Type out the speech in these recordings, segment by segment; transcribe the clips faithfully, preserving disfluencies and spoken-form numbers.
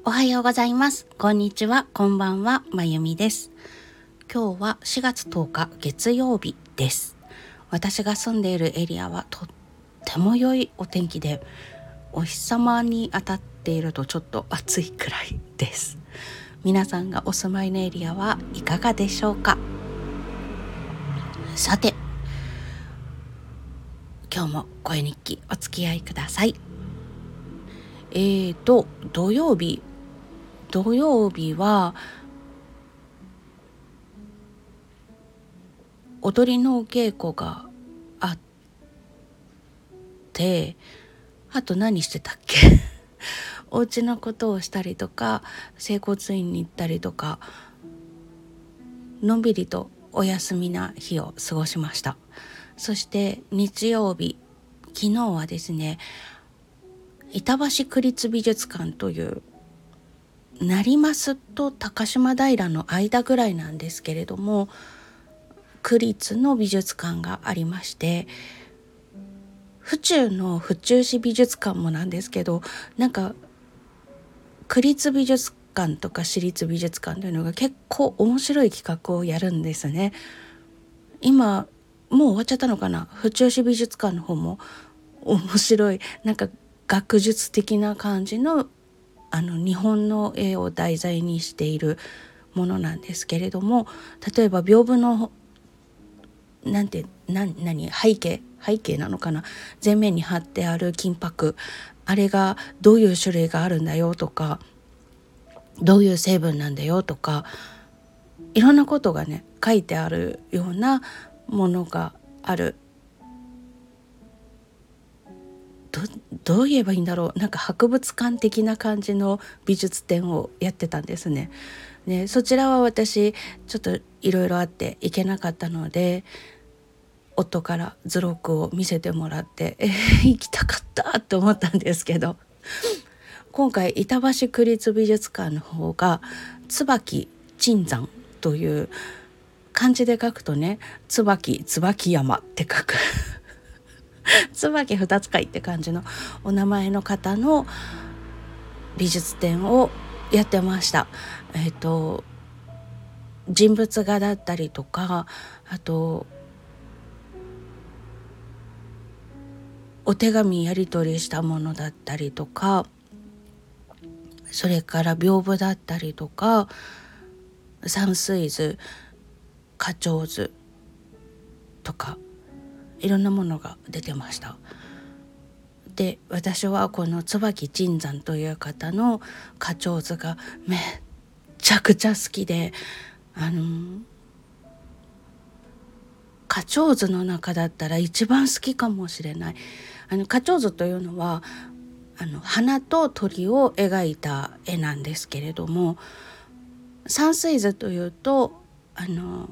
おはようございます。こんにちは、こんばんは、まゆみです。今日はしがつとおか月曜日です。私が住んでいるエリアはとっても良いお天気で、お日様に当たっているとちょっと暑いくらいです。皆さんがお住まいのエリアはいかがでしょうか。さて、今日も声日記お付き合いください。えーと土曜日土曜日は踊りの稽古があって、あと何してたっけお家のことをしたりとか、整骨院に行ったりとか、のんびりとお休みな日を過ごしました。そして日曜日、昨日はですね、板橋区立美術館という成増と高島平の間ぐらいなんですけれども、区立の美術館がありまして、府中の府中市美術館もなんですけど、なんか区立美術館とか市立美術館というのが結構面白い企画をやるんですね。今もう終わっちゃったのかな。府中市美術館の方も面白い、なんか学術的な感じのあの日本の絵を題材にしているものなんですけれども、例えば屏風のなんてな何背景背景なのかな、前面に貼ってある金箔、あれがどういう種類があるんだよとか、どういう成分なんだよとか、いろんなことがね書いてあるようなものがある。どどう言えばいいんだろう、なんか博物館的な感じの美術展をやってたんですね。ね、そちらは私ちょっといろいろあって行けなかったので、夫から図録を見せてもらって、えー、行きたかったって思ったんですけど、今回板橋区立美術館の方が椿椿山という漢字で書くとね、椿椿山って書く椿二つ貝って感じのお名前の方の美術展をやってました。えっと人物画だったりとか、あとお手紙やり取りしたものだったりとか、それから屏風だったりとか、山水図、花鳥図とか、いろんなものが出てました。で、私はこの椿椿山という方の花鳥図がめっちゃくちゃ好きで、あの花鳥図の中だったら一番好きかもしれない。あの花鳥図というのはあの花と鳥を描いた絵なんですけれども、山水図というとあの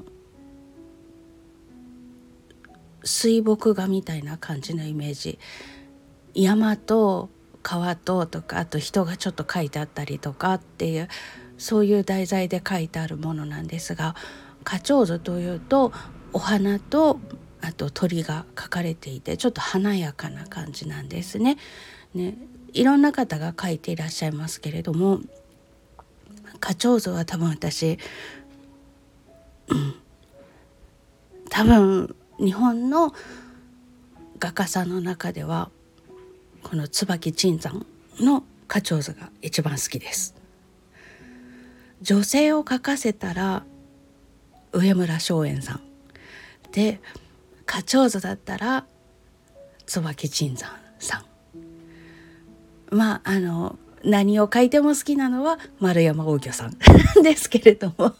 水墨画みたいな感じのイメージ、山と川ととか、あと人がちょっと描いてあったりとかっていう、そういう題材で描いてあるものなんですが、花鳥図というとお花とあと鳥が描かれていて、ちょっと華やかな感じなんですね。ね、いろんな方が描いていらっしゃいますけれども、花鳥図は多分私、うん、多分日本の画家さんの中ではこの椿椿山の花鳥図が一番好きです。女性を描かせたら上村松園さんで、花鳥図だったら椿椿山さん。まああの何を描いても好きなのは丸山応挙さんですけれども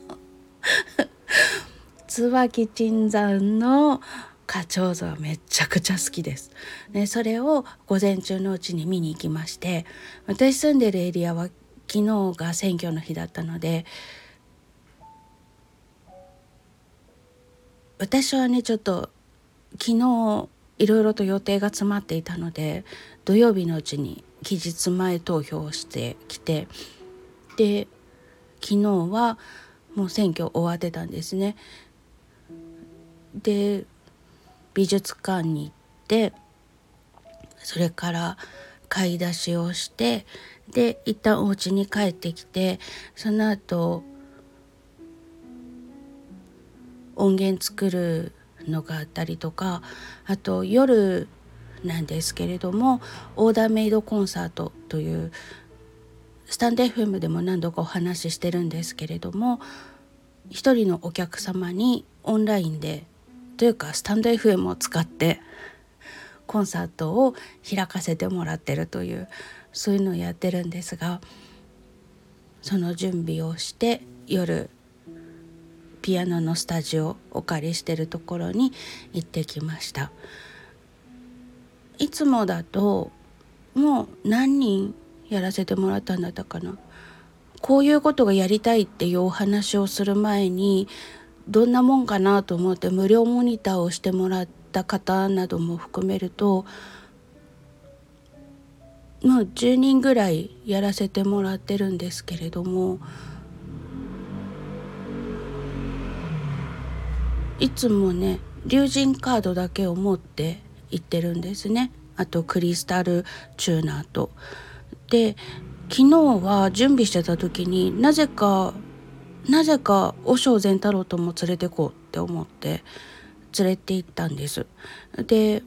椿椿山の花鳥図はめちゃくちゃ好きです。で、それを午前中のうちに見に行きまして、私住んでるエリアは昨日が選挙の日だったので、私はねちょっと昨日いろいろと予定が詰まっていたので、土曜日のうちに期日前投票をしてきて、で昨日はもう選挙終わってたんですね。で美術館に行って、それから買い出しをして、で一旦お家に帰ってきて、その後音源作るのがあったりとか、あと夜なんですけれどもオーダーメイドコンサートというスタンド エフエム でも何度かお話ししてるんですけれども、一人のお客様にオンラインでというかスタンド エフエム を使ってコンサートを開かせてもらってるという、そういうのをやってるんですが、その準備をして夜ピアノのスタジオをお借りしてるところに行ってきました。いつもだともう何人やらせてもらったんだったかな、こういうことがやりたいっていうお話をする前にどんなもんかなと思って無料モニターをしてもらった方なども含めると、もうじゅうにんぐらいやらせてもらってるんですけれども、いつもね龍神カードだけを持って行ってるんですね。あとクリスタルチューナーと。で昨日は準備してた時になぜかなぜか和尚善太郎とも連れてこうって思って連れて行ったんです。で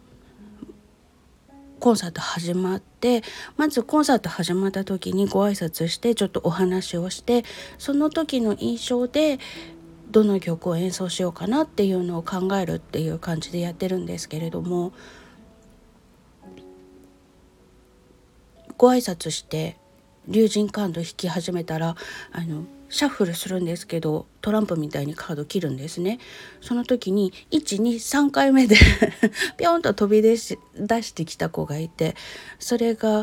コンサート始まって、まずコンサート始まった時にご挨拶してちょっとお話をして、その時の印象でどの曲を演奏しようかなっていうのを考えるっていう感じでやってるんですけれども、ご挨拶して龍神カード引き始めたらあのシャッフルするんですけど、トランプみたいにカード切るんですね。その時にいちにさんかいめでピョンと飛び出し出してきた子がいて、それが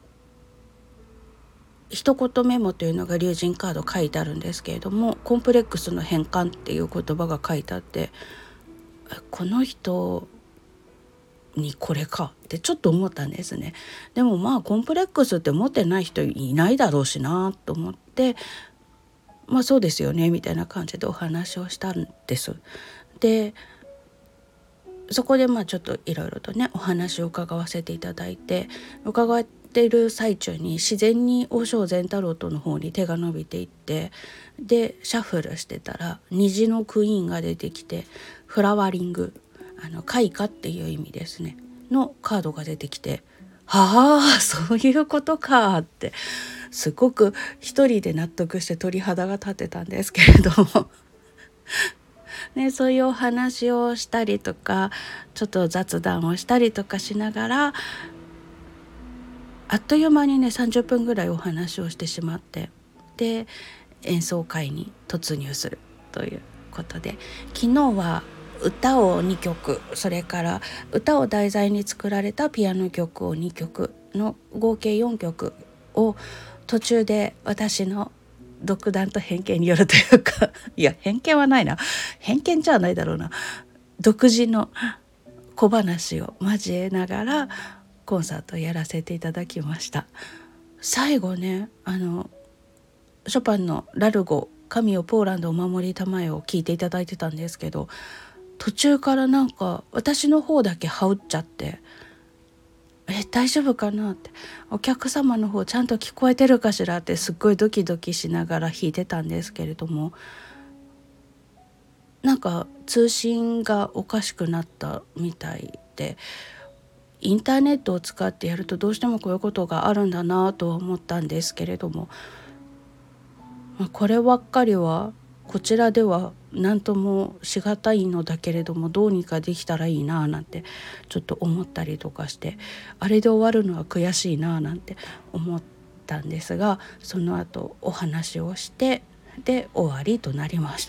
一言メモというのが龍神カード書いてあるんですけれども、コンプレックスの変換っていう言葉が書いてあって、この人にこれかってちょっと思ったんですね。でもまあコンプレックスって持ってない人いないだろうしなと思って、まあそうですよねみたいな感じでお話をしたんです。でそこでまあちょっといろいろとねお話を伺わせていただいて、伺っている最中に自然に和尚善太郎との方に手が伸びていって、でシャッフルしてたら虹のクイーンが出てきて、フラワリング、あの開花っていう意味ですねのカードが出てきて、はあそういうことかってすごく一人で納得して鳥肌が立ってたんですけれどもね、そういうお話をしたりとかちょっと雑談をしたりとかしながら、あっという間にねさんじゅっぷんぐらいお話をしてしまって、で演奏会に突入するということで、昨日は歌をにきょく、それから歌を題材に作られたピアノ曲をにきょくの合計よんきょくを途中で私の独断と偏見によるというかいや偏見はないな、偏見じゃないだろうな、独自の小話を交えながらコンサートをやらせていただきました。最後ねあのショパンのラルゴ神よポーランドお守りたまえを聞いていただいてたんですけど、途中からなんか私の方だけ羽織っちゃって、え大丈夫かなって、お客様の方ちゃんと聞こえてるかしらってすっごいドキドキしながら弾いてたんですけれども、なんか通信がおかしくなったみたいで、インターネットを使ってやるとどうしてもこういうことがあるんだなとは思ったんですけれども、こればっかりはこちらでは何ともしがたいのだけれども、どうにかできたらいいななんてちょっと思ったりとかして、あれで終わるのは悔しいななんて思ったんですが、その後お話をしてで終わりとなりました。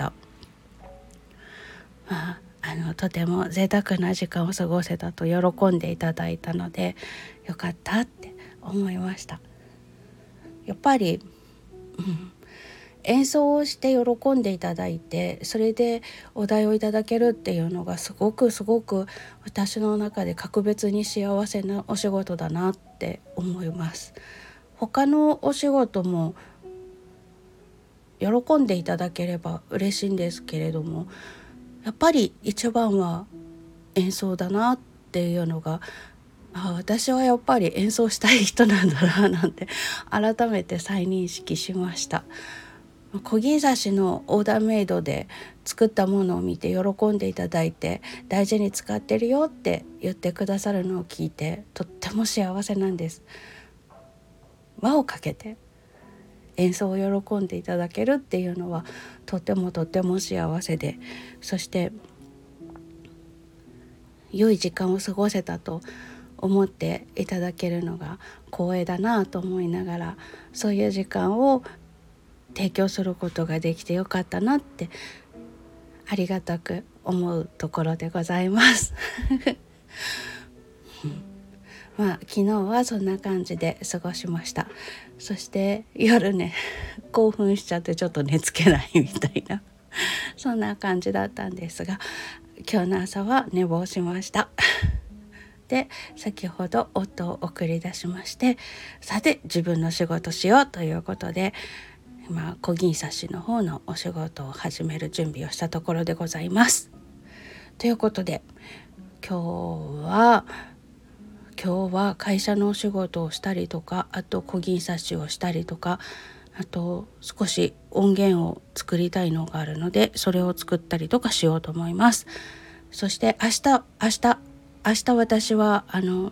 まあ、あのとても贅沢な時間を過ごせたと喜んでいただいたのでよかったって思いました。やっぱり、うん、演奏をして喜んでいただいて、それでお題をいただけるっていうのがすごくすごく私の中で格別に幸せなお仕事だなって思います。他のお仕事も喜んでいただければ嬉しいんですけれども、やっぱり一番は演奏だなっていうのがあ、私はやっぱり演奏したい人なんだななんて改めて再認識しました。小銀刺しのオーダーメイドで作ったものを見て喜んでいただいて、大事に使ってるよって言ってくださるのを聞いて、とっても幸せなんです。輪をかけて演奏を喜んでいただけるっていうのはとてもとても幸せで、そして良い時間を過ごせたと思っていただけるのが光栄だなと思いながら、そういう時間を提供することができてよかったなってありがたく思うところでございますまあ昨日はそんな感じで過ごしました。そして夜ね興奮しちゃってちょっと寝つけないみたいなそんな感じだったんですが、今日の朝は寝坊しましたで、先ほど夫を送り出しまして、さて自分の仕事しようということで、今小銀刺しの方のお仕事を始める準備をしたところでございます。ということで今日は今日は会社のお仕事をしたりとか、あと小銀刺しをしたりとか、あと少し音源を作りたいのがあるので、それを作ったりとかしようと思います。そして明日明日明日私はあの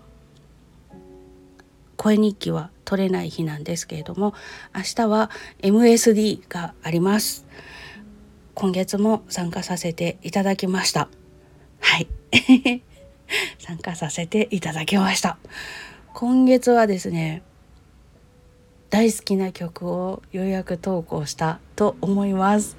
声日記は取れない日なんですけれども、明日は エムエスディー があります。今月も参加させていただきました。はい参加させていただきました。今月はですね、大好きな曲をようやく投稿したと思います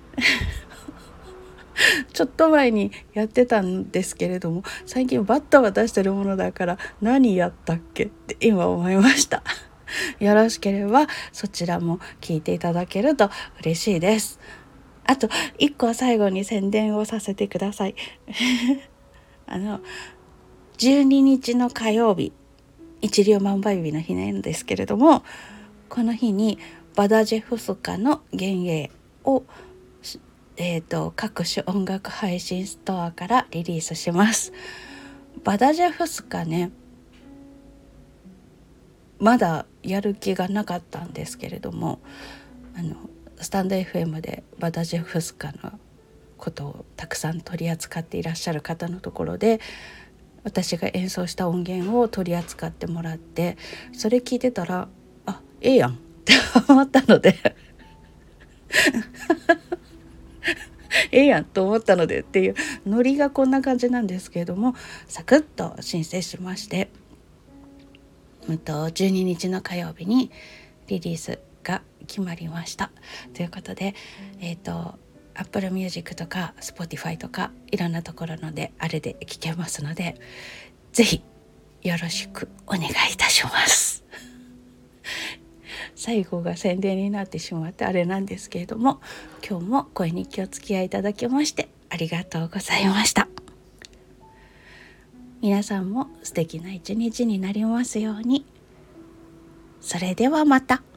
ちょっと前にやってたんですけれども、最近バッタバタしてるものだから何やったっけって今思いましたよろしければそちらも聞いていただけると嬉しいです。あと一個最後に宣伝をさせてくださいあのじゅうににちの火曜日、一粒万倍日の日なんですけれども、この日にバダジェフスカの幻影をえーと、各種音楽配信ストアからリリースします。バダジェフスカね、まだやる気がなかったんですけれども、あのスタンド エフエム でバダジェフスカのことをたくさん取り扱っていらっしゃる方のところで、私が演奏した音源を取り扱ってもらって、それ聞いてたらあ、ええやんって思ったのでええやんと思ったのでっていうノリがこんな感じなんですけれども、サクッと申請しまして、じゅうににちの火曜日にリリースが決まりましたということで、えっと Apple Music とか Spotify とかいろんなところのであれで聴けますので、ぜひよろしくお願いいたします最後が宣伝になってしまってあれなんですけれども、今日も声日記お付き合いいただきましてありがとうございました。皆さんも素敵な一日になりますように。それではまた。